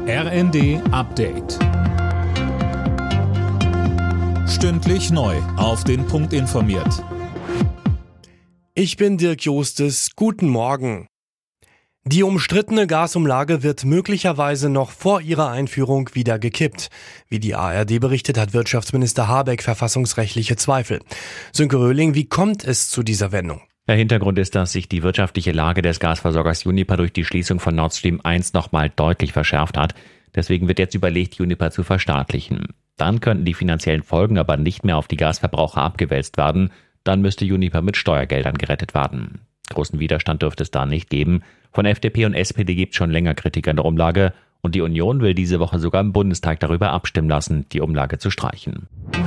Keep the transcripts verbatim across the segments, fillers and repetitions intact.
R N D Update. Stündlich neu auf den Punkt informiert. Ich bin Dirk Jostes. Guten Morgen. Die umstrittene Gasumlage wird möglicherweise noch vor ihrer Einführung wieder gekippt. Wie die A R D berichtet, hat Wirtschaftsminister Habeck verfassungsrechtliche Zweifel. Sönke Röhling, wie kommt es zu dieser Wendung? Der Hintergrund ist, dass sich die wirtschaftliche Lage des Gasversorgers Uniper durch die Schließung von Nord Stream eins nochmal deutlich verschärft hat. Deswegen wird jetzt überlegt, Uniper zu verstaatlichen. Dann könnten die finanziellen Folgen aber nicht mehr auf die Gasverbraucher abgewälzt werden. Dann müsste Uniper mit Steuergeldern gerettet werden. Großen Widerstand dürfte es da nicht geben. Von F D P und S P D gibt es schon länger Kritik an der Umlage. Und die Union will diese Woche sogar im Bundestag darüber abstimmen lassen, die Umlage zu streichen.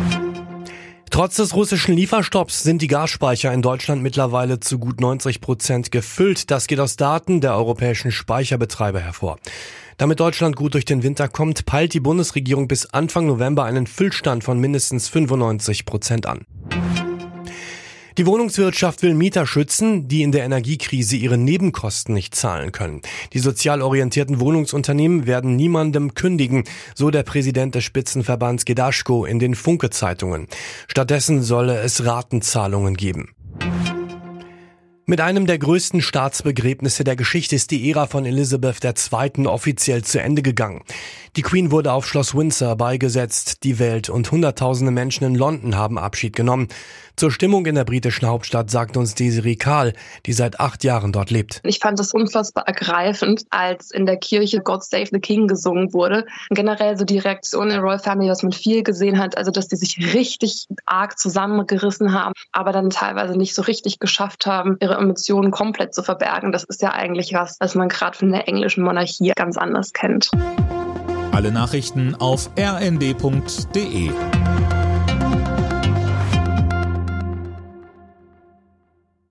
Trotz des russischen Lieferstopps sind die Gasspeicher in Deutschland mittlerweile zu gut neunzig Prozent gefüllt. Das geht aus Daten der europäischen Speicherbetreiber hervor. Damit Deutschland gut durch den Winter kommt, peilt die Bundesregierung bis Anfang November einen Füllstand von mindestens fünfundneunzig Prozent an. Die Wohnungswirtschaft will Mieter schützen, die in der Energiekrise ihre Nebenkosten nicht zahlen können. Die sozial orientierten Wohnungsunternehmen werden niemandem kündigen, so der Präsident des Spitzenverbands Gedaschko in den Funke-Zeitungen. Stattdessen solle es Ratenzahlungen geben. Mit einem der größten Staatsbegräbnisse der Geschichte ist die Ära von Elisabeth der Zweiten offiziell zu Ende gegangen. Die Queen wurde auf Schloss Windsor beigesetzt, die Welt und hunderttausende Menschen in London haben Abschied genommen. Zur Stimmung in der britischen Hauptstadt sagt uns Desiree Kahl, die seit acht Jahren dort lebt. Ich fand es unfassbar ergreifend, als in der Kirche God Save the King gesungen wurde. Und generell so die Reaktion der Royal Family, was man viel gesehen hat, also dass die sich richtig arg zusammengerissen haben, aber dann teilweise nicht so richtig geschafft haben, ihre Emotionen komplett zu verbergen. Das ist ja eigentlich was, was man gerade von der englischen Monarchie ganz anders kennt. Alle Nachrichten auf r n d punkt d e.